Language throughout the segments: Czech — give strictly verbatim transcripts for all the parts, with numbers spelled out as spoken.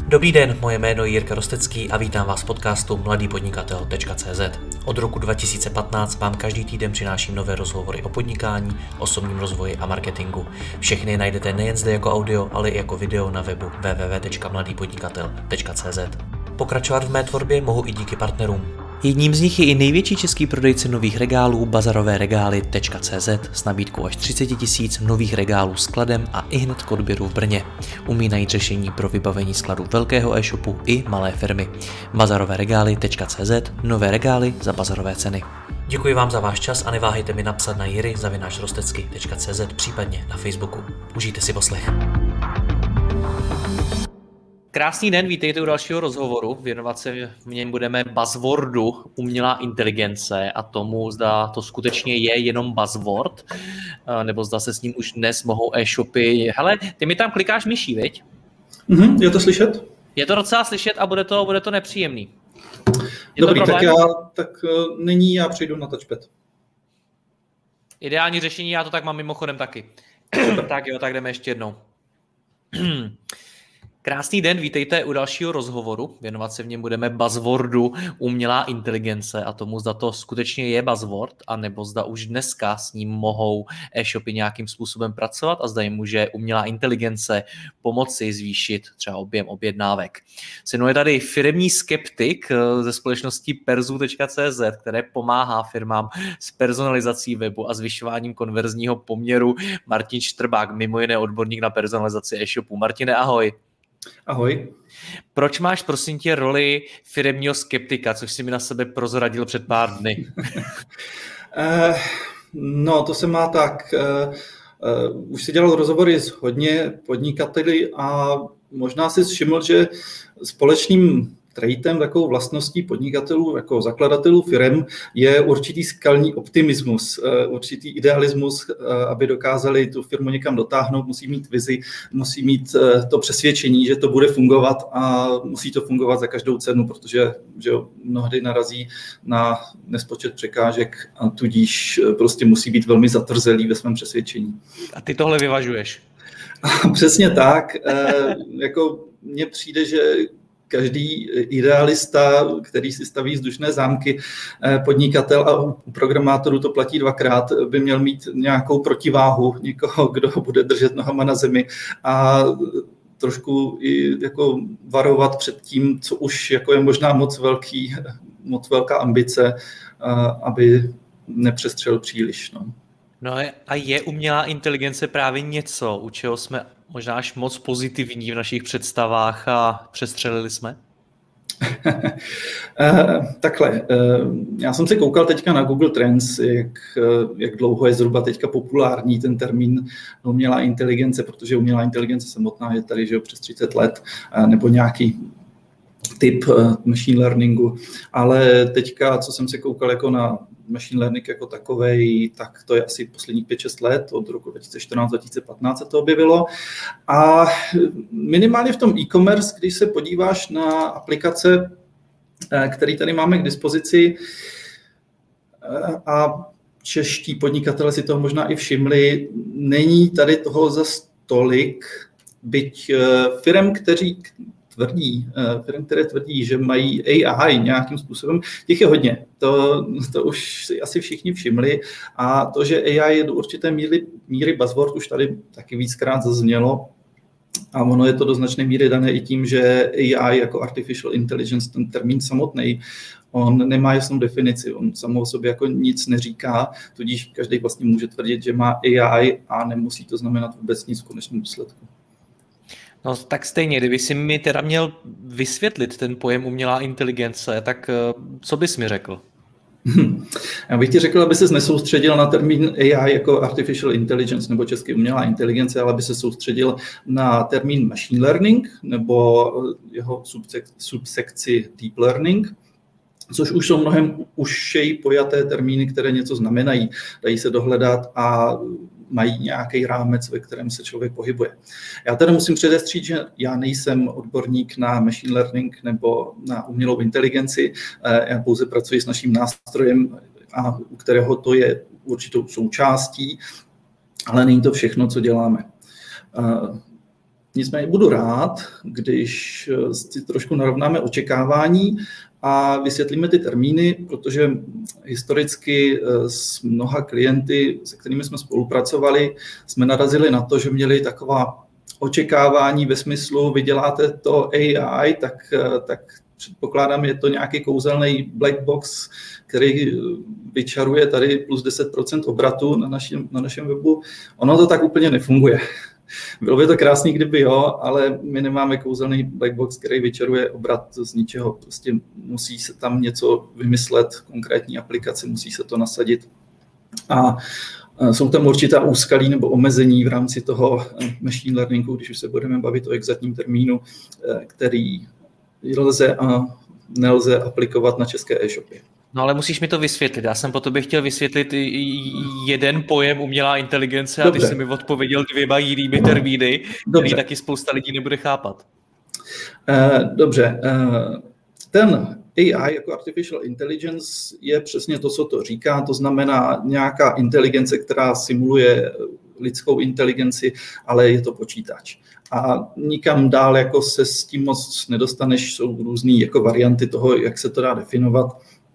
Dobrý den, moje jméno je Jirka Rostecký a vítám vás v podcastu mladý podnikatel tečka cé zet. Od roku dva tisíce patnáct vám každý týden přináším nové rozhovory o podnikání, osobním rozvoji a marketingu. Všechny najdete nejen zde jako audio, ale i jako video na webu w w w tečka mladý podnikatel tečka cé zet. Pokračovat v mé tvorbě mohu i díky partnerům. Jedním z nich je i největší český prodejce nových regálů bazarové regály tečka cé zet s nabídkou až třicet tisíc nových regálů skladem a ihned k odběru v Brně. Umí najít řešení pro vybavení skladu velkého e-shopu i malé firmy. bazarové regály tečka cé zet, nové regály za bazarové ceny. Děkuji vám za váš čas a neváhejte mi napsat na jiry zavináč rostecky tečka cé zet, případně na Facebooku. Užijte si poslech. Krásný den, vítejte u dalšího rozhovoru. Věnovat se v něm budeme buzzwordu umělá inteligence a tomu, zda to skutečně je jenom buzzword, nebo zda se s ním už dnes mohou e-shopy. Hele, ty mi tam klikáš myší, viď? Mm-hmm, je to slyšet? Je to docela slyšet a bude to, bude to nepříjemný. Je Dobrý, to tak já tak uh, nyní já přejdu na touchpad. Ideální řešení, já to tak mám mimochodem taky. Tak jo, tak jdeme ještě jednou. Krásný den, vítejte u dalšího rozhovoru. Věnovat se v něm budeme buzzwordu umělá inteligence a tomu, zda to skutečně je buzzword, anebo zda už dneska s ním mohou e-shopy nějakým způsobem pracovat a zda jim může umělá inteligence pomoci zvýšit třeba objem objednávek. Se mnou je tady firemní skeptik ze společnosti perzu tečka cé zet, které pomáhá firmám s personalizací webu a zvyšováním konverzního poměru. Martin Štrbák, mimo jiné odborník na personalizaci e-shopů. Martine, ahoj. Ahoj. Proč máš, prosím tě, roli firemního skeptika, což jsi mi na sebe prozradil před pár dny? uh, no, to se má tak. Uh, uh, už si dělal rozhovory s hodně podnikateli a možná si všiml, že společným traitem, takovou vlastností podnikatelů, jako zakladatelů firem, je určitý skalní optimismus, určitý idealismus, aby dokázali tu firmu někam dotáhnout, musí mít vizi, musí mít to přesvědčení, že to bude fungovat a musí to fungovat za každou cenu, protože že mnohdy narazí na nespočet překážek a tudíž prostě musí být velmi zatvrzelý ve svém přesvědčení. A ty tohle vyvažuješ? Přesně tak. Jako mně přijde, že každý idealista, který si staví vzdušné zámky, podnikatel a u programátorů to platí dvakrát, by měl mít nějakou protiváhu, někoho, kdo ho bude držet nohama na zemi a trošku i jako varovat před tím, co už jako je možná moc velký, moc velká ambice, aby nepřestřelil příliš. No. No a je umělá inteligence právě něco, u čeho jsme možná až moc pozitivní v našich představách a přestřelili jsme? Takhle, já jsem se koukal teďka na Google Trends, jak, jak dlouho je zhruba teďka populární ten termín umělá inteligence, protože umělá inteligence samotná je tady, že jo, přes třicet let, nebo nějaký typ machine learningu, ale teďka, co jsem se koukal jako na machine learning jako takovej, tak to je asi posledních pět šest let, od roku dva tisíce čtrnáct dva tisíce patnáct se to objevilo. A minimálně v tom e-commerce, když se podíváš na aplikace, které tady máme k dispozici, a čeští podnikatelé si toho možná i všimli, není tady toho zas tolik, byť firem, kteří tvrdí, firmy, které tvrdí, že mají A I nějakým způsobem, těch je hodně. To, to už si asi všichni všimli a to, že A I je do určité míry, míry buzzword, už tady taky víckrát zaznělo a ono je to do značné míry dané i tím, že A I jako artificial intelligence, ten termín samotný, on nemá jasnou definici, on samo o sobě jako nic neříká, tudíž každý vlastně může tvrdit, že má A I a nemusí to znamenat vůbec nic v konečném důsledku. No tak stejně, kdyby si mi teda měl vysvětlit ten pojem umělá inteligence, tak co bys mi řekl? Já bych ti řekl, aby ses nesoustředil na termín A I jako artificial intelligence nebo česky umělá inteligence, ale aby se soustředil na termín machine learning nebo jeho subsekci deep learning, což už jsou mnohem užšej pojaté termíny, které něco znamenají, dají se dohledat a mají nějaký rámec, ve kterém se člověk pohybuje. Já teda musím předestřít, že já nejsem odborník na machine learning nebo na umělou inteligenci, já pouze pracuji s naším nástrojem, a u kterého to je určitou součástí, ale není to všechno, co děláme. Nicméně budu rád, když si trošku narovnáme očekávání a vysvětlíme ty termíny, protože historicky s mnoha klienty, se kterými jsme spolupracovali, jsme narazili na to, že měli taková očekávání ve smyslu, vy děláte to A I, tak, tak předpokládám, je to nějaký kouzelný black box, který vyčaruje tady plus deset procent obratu na našem, na našem webu. Ono to tak úplně nefunguje. Bylo by to krásný, kdyby jo, ale my nemáme kouzelný black box, který vyčaruje obrat z ničeho. Prostě musí se tam něco vymyslet, konkrétní aplikace, musí se to nasadit. A jsou tam určitá úskalí nebo omezení v rámci toho machine learningu, když už se budeme bavit o exaktním termínu, který lze a nelze aplikovat na české e-shopy. No ale musíš mi to vysvětlit. Já jsem po tobě chtěl vysvětlit jeden pojem umělá inteligence a ty jsi mi odpověděl dvěma jinými termíny, který taky spousta lidí nebude chápat. Dobře. Ten A I jako Artificial Intelligence je přesně to, co to říká. To znamená nějaká inteligence, která simuluje lidskou inteligenci, ale je to počítač. A nikam dál jako se s tím moc nedostaneš, jsou různé jako varianty toho, jak se to dá definovat.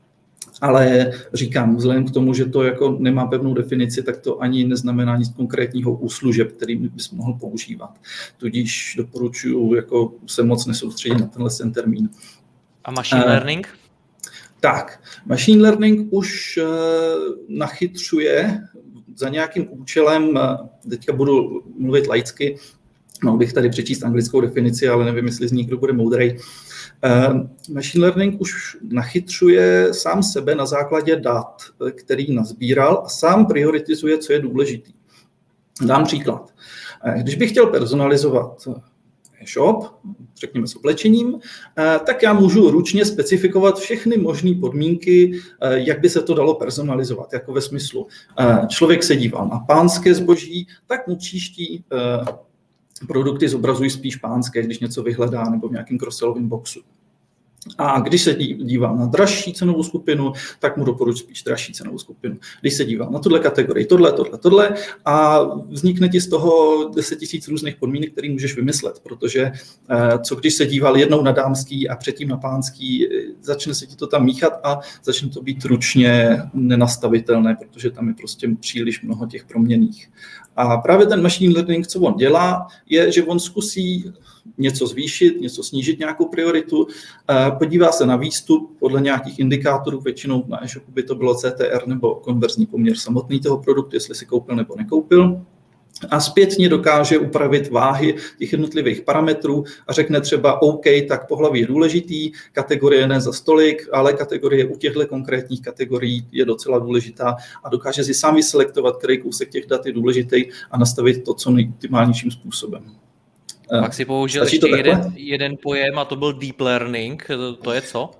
Ale říkám, vzhledem k tomu, že to jako nemá pevnou definici, tak to ani neznamená nic konkrétního u služeb, který bys mohl používat. Tudíž doporučuji jako se moc nesoustředit na tenhle ten termín. A machine uh, learning? Tak, machine learning už uh, nachytřuje za nějakým účelem, teďka budu mluvit laicky, mohl bych tady přečíst anglickou definici, ale nevím, jestli z ní kdo bude moudrej. Uh, machine learning už nachytřuje sám sebe na základě dat, který nazbíral a sám prioritizuje, co je důležitý. Dám příklad. Když bych chtěl personalizovat e-shop, řekněme s oblečením, tak já můžu ručně specifikovat všechny možné podmínky, jak by se to dalo personalizovat, jako ve smyslu člověk se díval na pánské zboží, tak mu příští produkty zobrazují spíš pánské, když něco vyhledá nebo v nějakém cross-sellovém boxu. A když se dívám na dražší cenovou skupinu, tak mu doporučuji spíš dražší cenovou skupinu. Když se dívám na tuhle kategorii, tohle, tohle, tohle a vznikne ti z toho deset tisíc různých podmínek, které můžeš vymyslet, protože co když se díval jednou na dámský a předtím na pánský, začne se ti to tam míchat a začne to být ručně nenastavitelné, protože tam je prostě příliš mnoho těch proměnných. A právě ten machine learning, co on dělá, je, že on zkusí něco zvýšit, něco snížit, nějakou prioritu, podívá se na výstup podle nějakých indikátorů, většinou na e-shopu by to bylo C T R nebo konverzní poměr samotný toho produktu, jestli si koupil nebo nekoupil. A zpětně dokáže upravit váhy těch jednotlivých parametrů a řekne třeba OK, tak pohlaví je důležitý, kategorie ne za stolik, ale kategorie u těchto konkrétních kategorií je docela důležitá a dokáže si sám vyselektovat, který kousek těch dat je důležitý a nastavit to co nejoptimálnějším způsobem. Pak si použil ještě jeden, jeden pojem a to byl deep learning. To, to je co?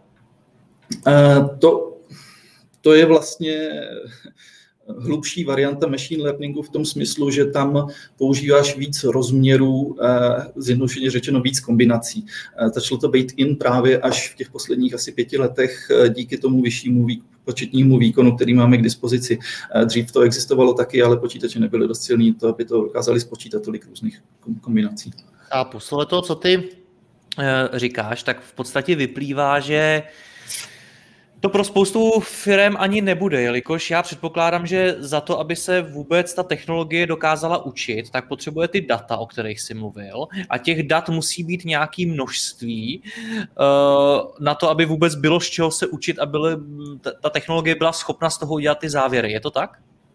Uh, to, to je vlastně hlubší varianta machine learningu v tom smyslu, že tam používáš víc rozměrů, zjednodušeně řečeno víc kombinací. Začalo to být in právě až v těch posledních asi pěti letech díky tomu vyššímu početnímu výkonu, který máme k dispozici. Dřív to existovalo taky, ale počítače nebyly dost silný, to, aby to dokázali spočítat tolik různých kombinací. A podle toho, co ty říkáš, tak v podstatě vyplývá, že to pro spoustu firem ani nebude, jelikož já předpokládám, že za to, aby se vůbec ta technologie dokázala učit, tak potřebuje ty data, o kterých jsi mluvil, a těch dat musí být nějaké množství na to, aby vůbec bylo z čeho se učit a byly, ta technologie byla schopna z toho udělat ty závěry. Je to tak?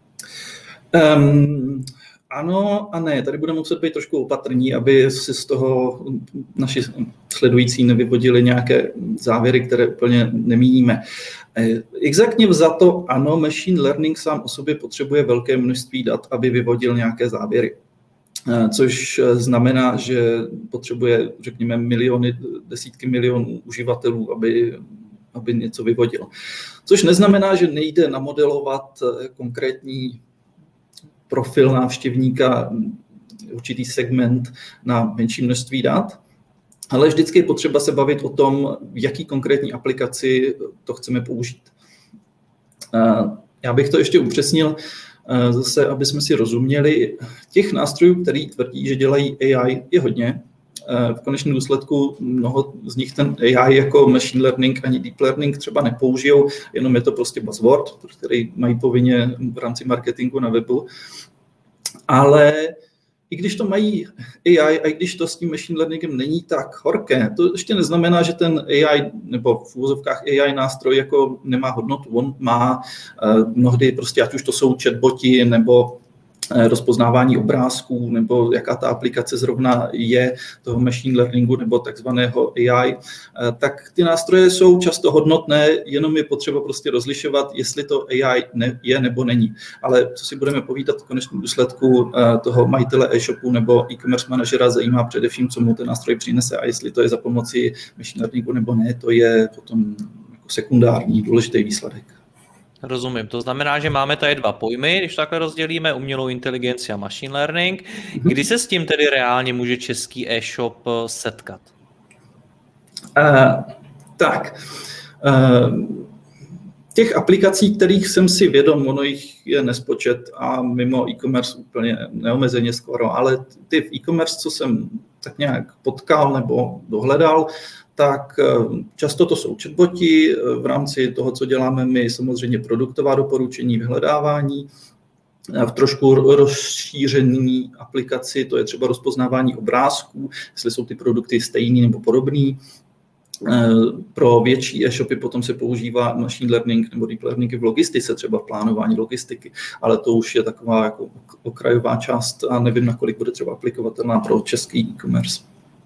Um... Ano a ne, tady budeme muset být trošku opatrní, aby si z toho naši sledující nevyvodili nějaké závěry, které úplně nemíníme. Exaktně vzato ano, machine learning sám o sobě potřebuje velké množství dat, aby vyvodil nějaké závěry. Což znamená, že potřebuje, řekněme, miliony, desítky milionů uživatelů, aby, aby něco vyvodil. Což neznamená, že nejde namodelovat konkrétní profil návštěvníka, určitý segment na menší množství dat, ale vždycky je potřeba se bavit o tom, v jaký konkrétní aplikaci to chceme použít. Já bych to ještě upřesnil. Zase, aby jsme si rozuměli, těch nástrojů, který tvrdí, že dělají A I, je hodně. V konečném důsledku mnoho z nich ten A I jako machine learning ani deep learning třeba nepoužijou, jenom je to prostě buzzword, který mají povinně v rámci marketingu na webu. Ale i když to mají A I, a i když to s tím machine learningem není tak horké, to ještě neznamená, že ten A I, nebo v úvozovkách A I nástroj jako nemá hodnotu. On má mnohdy prostě, ať už to jsou chatboti, nebo rozpoznávání obrázků, nebo jaká ta aplikace zrovna je toho machine learningu nebo takzvaného A I, tak ty nástroje jsou často hodnotné, jenom je potřeba prostě rozlišovat, jestli to A I je nebo není. Ale co si budeme povídat v konečném důsledku toho majitele e-shopu nebo e-commerce manažera zajímá především, co mu ten nástroj přinese a jestli to je za pomoci machine learningu nebo ne, to je potom jako sekundární důležitý výsledek. Rozumím. To znamená, že máme tady dva pojmy, když takhle rozdělíme umělou inteligenci a machine learning. Kdy se s tím tedy reálně může český e-shop setkat? Uh, tak, uh, těch aplikací, kterých jsem si vědom, ono jich je nespočet a mimo e-commerce úplně neomezeně skoro, ale ty v e-commerce, co jsem tak nějak potkal nebo dohledal, tak často to jsou chatboti, v rámci toho, co děláme my, samozřejmě produktová doporučení, vyhledávání, v trošku rozšířený aplikaci, to je třeba rozpoznávání obrázků, jestli jsou ty produkty stejný nebo podobný. Pro větší e-shopy potom se používá machine learning nebo deep learning v logistice, třeba v plánování logistiky, ale to už je taková jako okrajová část a nevím, nakolik bude třeba aplikovatelná pro český e-commerce.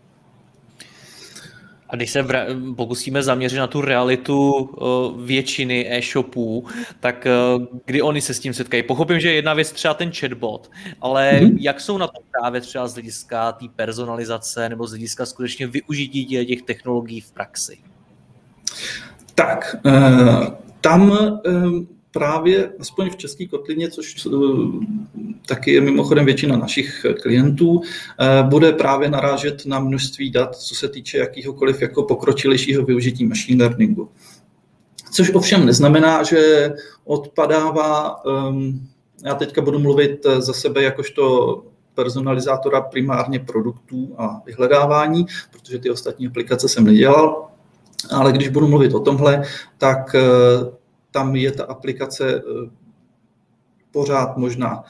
A když se vra- pokusíme zaměřit na tu realitu uh, většiny e-shopů, tak uh, kdy oni se s tím setkají? Pochopím, že je jedna věc třeba ten chatbot, ale mm-hmm. jak jsou na to právě třeba z hlediska té personalizace nebo z hlediska skutečně využití těch technologií v praxi? Tak, uh, tam... Um... Právě, aspoň v české kotlině, což taky je mimochodem většina našich klientů, bude právě narážet na množství dat, co se týče jakýhokoliv jako pokročilejšího využití machine learningu. Což ovšem neznamená, že odpadává, já teďka budu mluvit za sebe jakožto personalizátora primárně produktů a vyhledávání, protože ty ostatní aplikace jsem nedělal, ale když budu mluvit o tomhle, tak tam je ta aplikace pořád možná.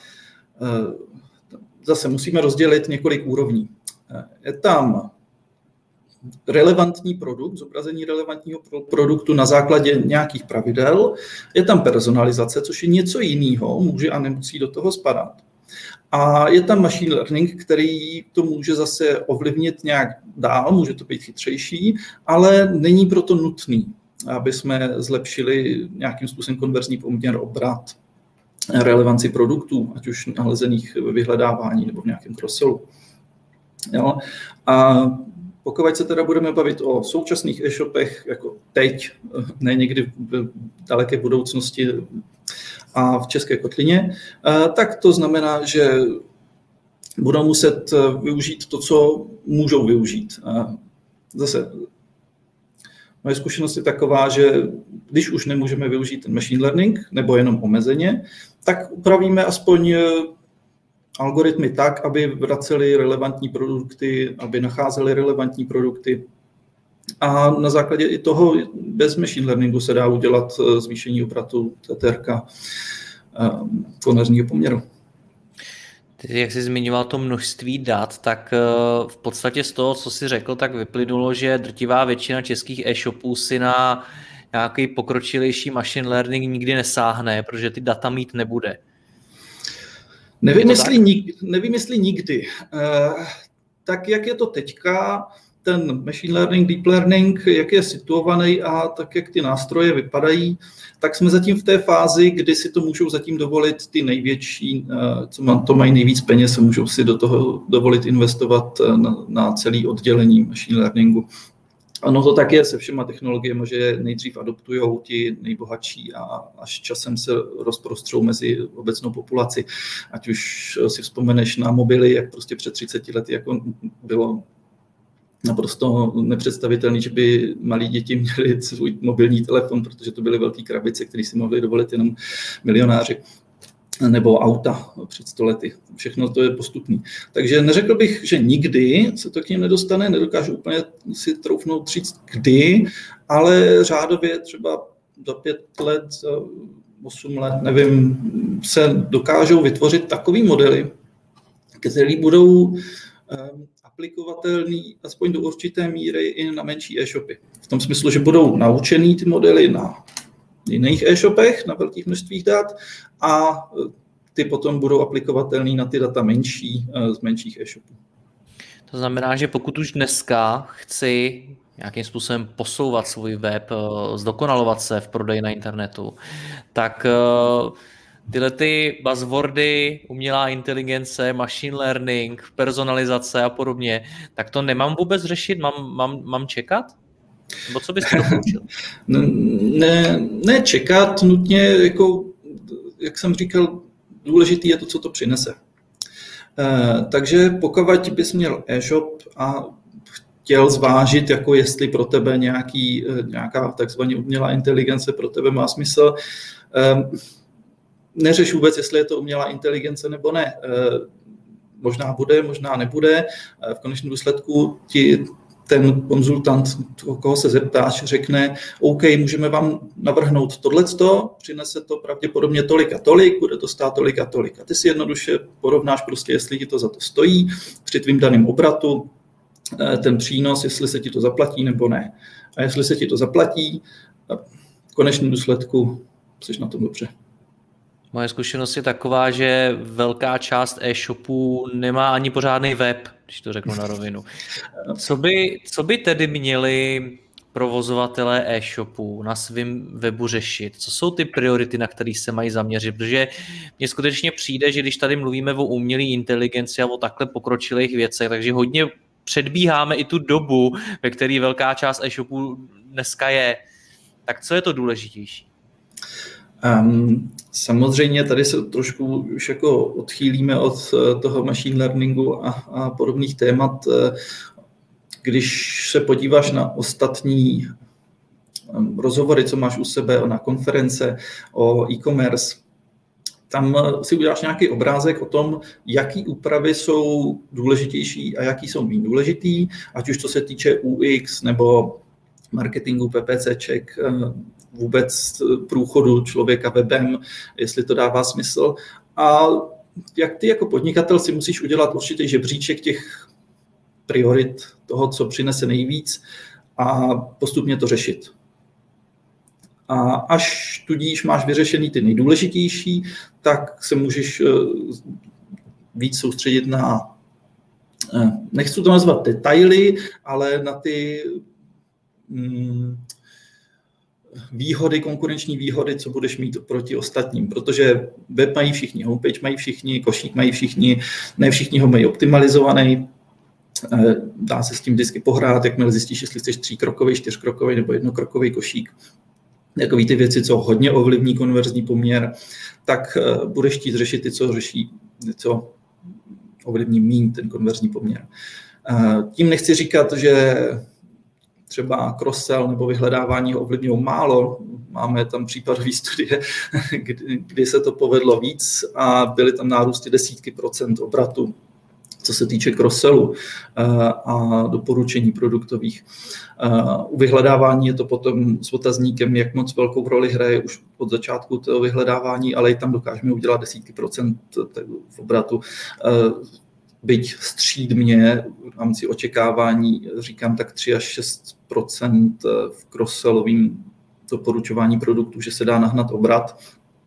Zase musíme rozdělit několik úrovní. Je tam relevantní produkt, zobrazení relevantního produktu na základě nějakých pravidel. Je tam personalizace, což je něco jiného, může a nemusí do toho spadat. A je tam machine learning, který to může zase ovlivnit nějak dál, může to být chytřejší, ale není proto nutný, aby jsme zlepšili nějakým způsobem konverzní poměr, obrat, relevanci produktů, ať už nalezených ve vyhledávání nebo v nějakém cross-sellu. Jo? A pokud se teda budeme bavit o současných e-shopech, jako teď, ne někdy v daleké budoucnosti a v české kotlině, tak to znamená, že budou muset využít to, co můžou využít. Zase moje zkušenost je taková, že když už nemůžeme využít ten machine learning, nebo jenom omezeně, tak upravíme aspoň algoritmy tak, aby vraceli relevantní produkty, aby nacházeli relevantní produkty. A na základě i toho bez machine learningu se dá udělat zvýšení obratu T T R K konverzního poměru. Ty, jak jsi zmiňoval to množství dat, tak v podstatě z toho, co jsi řekl, tak vyplynulo, že drtivá většina českých e-shopů si na nějaký pokročilejší machine learning nikdy nesáhne, protože ty data mít nebude. Nevím, jestli, nik, nevím jestli nikdy. Uh, tak jak je to teďka, ten machine learning, deep learning, jak je situovaný a tak, jak ty nástroje vypadají, tak jsme zatím v té fázi, kdy si to můžou zatím dovolit ty největší, co to mají nejvíc peněz, můžou si do toho dovolit investovat na, na celé oddělení machine learningu. Ono to tak je se všema technologiemi, že nejdřív adoptujou ti nejbohatší a až časem se rozprostřou mezi obecnou populaci. Ať už si vzpomeneš na mobily, jak prostě před třiceti lety jako bylo naprosto nepředstavitelný, že by malí děti měli svůj mobilní telefon, protože to byly velké krabice, které si mohli dovolit jenom milionáři. nebo auta před sto lety. Všechno to je postupný. Takže neřekl bych, že nikdy se to k ním nedostane, nedokážu úplně si troufnout říct kdy, ale řádově třeba za pět let, za osm let, nevím, se dokážou vytvořit takový modely, které budou aplikovatelný aspoň do určité míry i na menší e-shopy. V tom smyslu, že budou naučený ty modely na jiných e-shopech, na velkých množstvích dat a ty potom budou aplikovatelný na ty data menší z menších e-shopů. To znamená, že pokud už dneska chci nějakým způsobem posouvat svůj web, zdokonalovat se v prodeji na internetu, tak tyhle ty buzzwordy, umělá inteligence, machine learning, personalizace a podobně, tak to nemám vůbec řešit, mám, mám, mám čekat? Nebo co bys mi doporučil? Ne, ne čekat nutně, jako, jak jsem říkal, důležitý je to, co to přinese. Eh, takže pokud bys měl e-shop a chtěl zvážit, jako jestli pro tebe nějaký, nějaká takzvaně umělá inteligence pro tebe má smysl, eh, neřeš vůbec, jestli je to umělá inteligence nebo ne. Eh, možná bude, možná nebude. Eh, v konečném důsledku ti ten konzultant, koho se zeptáš, řekne, OK, můžeme vám navrhnout tohleto, přinese to pravděpodobně tolik a tolik, bude to stát tolik a tolik. A ty si jednoduše porovnáš prostě, jestli ti to za to stojí, při tvým daným obratu, ten přínos, jestli se ti to zaplatí nebo ne. A jestli se ti to zaplatí, v konečném důsledku jsi na tom dobře. Moje zkušenost je taková, že velká část e-shopů nemá ani pořádný web, když to řeknu na rovinu. Co by, co by tedy měli provozovatelé e-shopů na svém webu řešit? Co jsou ty priority, na které se mají zaměřit? Protože mně skutečně přijde, že když tady mluvíme o umělé inteligenci a o takhle pokročilých věcech, takže hodně předbíháme i tu dobu, ve které velká část e-shopů dneska je. Tak co je to důležitější? Um, samozřejmě tady se trošku už jako odchýlíme od toho machine learningu a, a podobných témat. Když se podíváš na ostatní rozhovory, co máš u sebe, na konference o e-commerce, tam si uděláš nějaký obrázek o tom, jaký úpravy jsou důležitější a jaký jsou méně důležitý, ať už to se týče U X nebo marketingu, PPCček, vůbec průchodu člověka webem, jestli to dává smysl. A jak ty jako podnikatel si musíš udělat určitý žebříček těch priorit, toho, co přinese nejvíc a postupně to řešit. A až tudíž máš vyřešený ty nejdůležitější, tak se můžeš víc soustředit na, nechci to nazvat detaily, ale na ty mm, výhody, konkurenční výhody, co budeš mít proti ostatním, protože web mají všichni, homepage mají všichni, košík mají všichni, ne všichni ho mají optimalizovaný, dá se s tím vždycky pohrát, jakmile zjistíš, jestli chceš tříkrokový, čtyřkrokový nebo jednokrokový košík, takový ty věci, co hodně ovlivní konverzní poměr, tak budeš chtít řešit ty, co řeší, co ovlivní míň ten konverzní poměr. Tím nechci říkat, že třeba cross-sell nebo vyhledávání ho ovlivňují málo. Máme tam případové studie, kdy, kdy se to povedlo víc a byly tam nárůsty desítky procent obratu, co se týče cross-sellu a doporučení produktových. U vyhledávání je to potom s otazníkem, jak moc velkou roli hraje už od začátku toho vyhledávání, ale i tam dokážeme udělat desítky procent v obratu. Byť střídmě v rámci očekávání, říkám tak tři až šest procent v cross-sellovým doporučování produktů, že se dá nahnat obrat,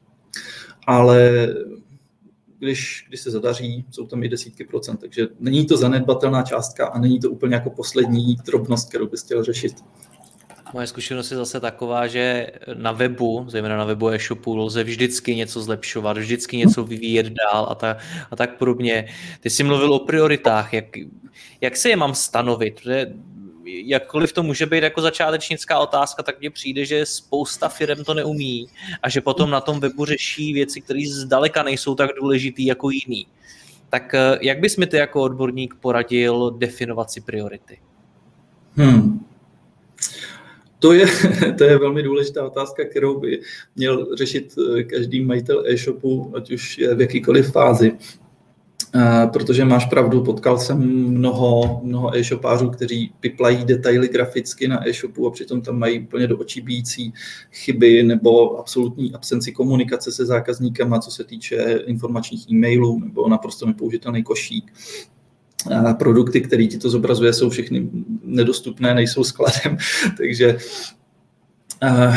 ale když, když se zadaří, jsou tam i desítky procent, takže není to zanedbatelná částka a není to úplně jako poslední drobnost, kterou bys chtěl řešit. Moje zkušenost je zase taková, že na webu, zejména na webu e-shopu, lze vždycky něco zlepšovat, vždycky něco vyvíjet dál a, ta, a tak podobně. Ty jsi mluvil o prioritách, jak, jak se je mám stanovit? Protože jakkoliv to může být jako začátečnická otázka, tak mně přijde, že spousta firem to neumí a že potom na tom webu řeší věci, které zdaleka nejsou tak důležitý jako jiný. Tak jak bys mi ty jako odborník poradil definovat si priority? Hmm. To je, to je velmi důležitá otázka, kterou by měl řešit každý majitel e-shopu, ať už je v jakýkoliv fázi. Protože máš pravdu, potkal jsem mnoho, mnoho e-shopářů, kteří piplají detaily graficky na e-shopu a přitom tam mají úplně do očí bijící chyby nebo absolutní absenci komunikace se zákazníkama, co se týče informačních e-mailů nebo naprosto nepoužitelný košík. A produkty, které ti to zobrazuje, jsou všechny nedostupné, nejsou skladem, takže uh,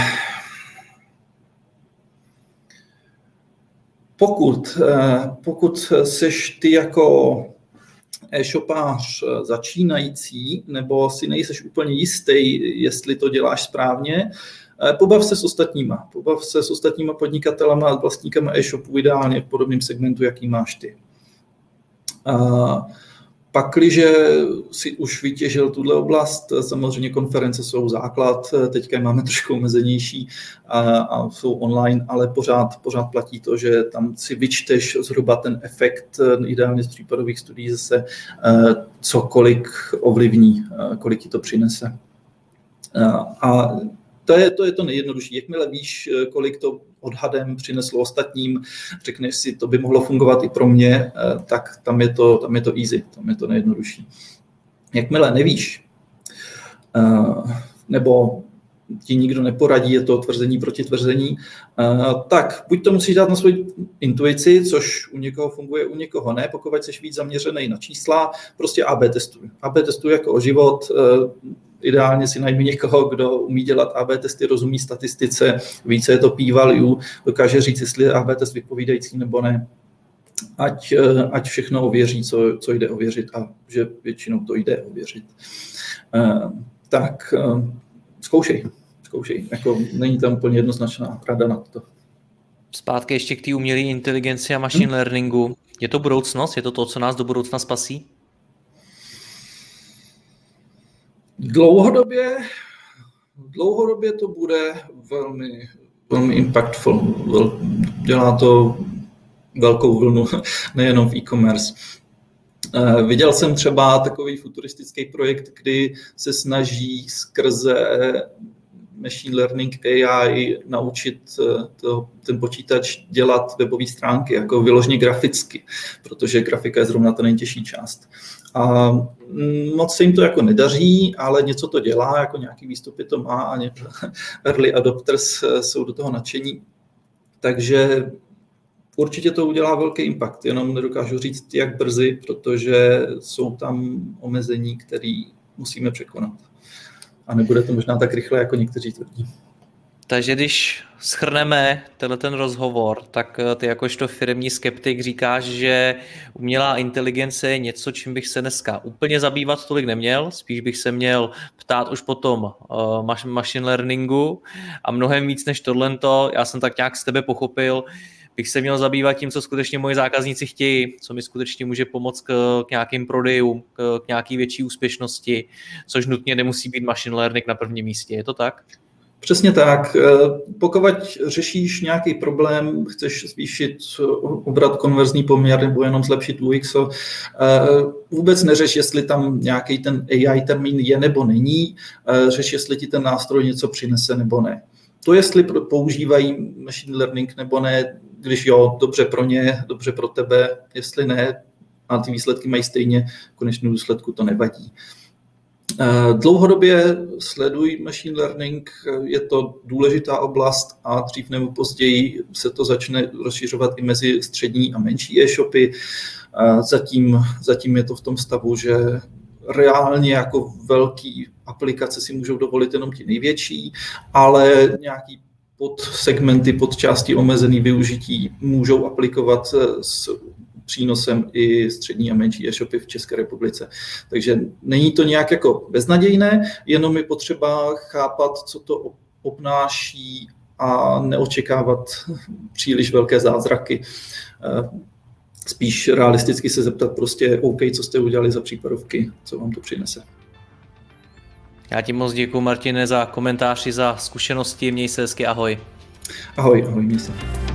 pokud, uh, pokud seš ty jako e-shopář začínající nebo si nejseš úplně jistý, jestli to děláš správně, pobav se s ostatníma. Pobav se s ostatníma podnikatelama a vlastníkama e-shopu ideálně v podobném segmentu, jaký máš ty. Uh, Pakliže si už vytěžil tuhle oblast, samozřejmě konference jsou základ, teďka máme trošku omezenější a, a jsou online, ale pořád, pořád platí to, že tam si vyčteš zhruba ten efekt, ideálně z případových studií zase, co kolik ovlivní, kolik ti to přinese. A To je, to je to nejjednodušší. Jakmile víš, kolik to odhadem přineslo ostatním, řekneš si, to by mohlo fungovat i pro mě, tak tam je to, tam je to easy, tam je to nejjednodušší. Jakmile nevíš, nebo ti nikdo neporadí, je to tvrzení proti tvrzení, tak buď to musíš dát na svoji intuici, což u někoho funguje, u někoho ne, pokud jsi víc zaměřený na čísla, prostě A B testuj. A B testuj jako o život, ideálně si najmi někoho, kdo umí dělat A B testy, rozumí statistice, více je to p-value, dokáže říct, jestli je A B test vypovídající nebo ne. Ať, ať všechno ověří, co, co jde ověřit a že většinou to jde ověřit. Tak zkoušej, zkoušej. Jako, není tam úplně jednoznačná rada na to. Zpátky ještě k té umělé inteligenci a machine hmm. learningu. Je to budoucnost? Je to to, co nás do budoucna spasí? Dlouhodobě, dlouhodobě to bude velmi, velmi impactful. Dělá to velkou vlnu, nejenom v e-commerce. Viděl jsem třeba takový futuristický projekt, kdy se snaží skrze machine learning A I naučit to, ten počítač dělat webové stránky, jako vyloženě graficky, protože grafika je zrovna ta nejtěžší část. A moc se jim to jako nedaří, ale něco to dělá, jako nějaký výstupy to má a early adopters jsou do toho nadšení. Takže určitě to udělá velký impact, jenom nedokážu říct, jak brzy, protože jsou tam omezení, které musíme překonat. A nebude to možná tak rychle, jako někteří tvrdí. Takže když shrneme tenhle ten rozhovor, tak ty jakožto firemní skeptik říkáš, že umělá inteligence je něco, čím bych se dneska úplně zabývat tolik neměl, spíš bych se měl ptát už potom uh, machine learningu a mnohem víc než tohleto, já jsem tak nějak z tebe pochopil, bych se měl zabývat tím, co skutečně moji zákazníci chtějí, co mi skutečně může pomoct k, k nějakým prodejům, k, k nějaký větší úspěšnosti, což nutně nemusí být machine learning na prvním místě. Je to tak? Přesně tak. Pokud řešíš nějaký problém, chceš zvýšit obrat, konverzní poměr nebo jenom zlepšit U X, vůbec neřeš, jestli tam nějaký ten A I termín je nebo není, řeš, jestli ti ten nástroj něco přinese nebo ne. To, jestli používají machine learning nebo ne, když jo, dobře pro ně, dobře pro tebe, jestli ne, a ty výsledky mají stejně, v konečném důsledku to nevadí. Dlouhodobě sleduj machine learning, je to důležitá oblast a dřív nebo později se to začne rozšiřovat i mezi střední a menší e-shopy. Zatím, zatím je to v tom stavu, že reálně jako velký aplikace si můžou dovolit jenom ti největší, ale nějaký podsegmenty, podčásti omezený využití můžou aplikovat s přínosem i střední a menší e-shopy v České republice. Takže není to nějak jako beznadějné, jenom je potřeba chápat, co to obnáší a neočekávat příliš velké zázraky. Spíš realisticky se zeptat prostě OK, co jste udělali za případovky, co vám to přinese. Já ti moc děkuju, Martine, za komentáři, za zkušenosti. Měj se hezky, ahoj. Ahoj, ahoj, měj se.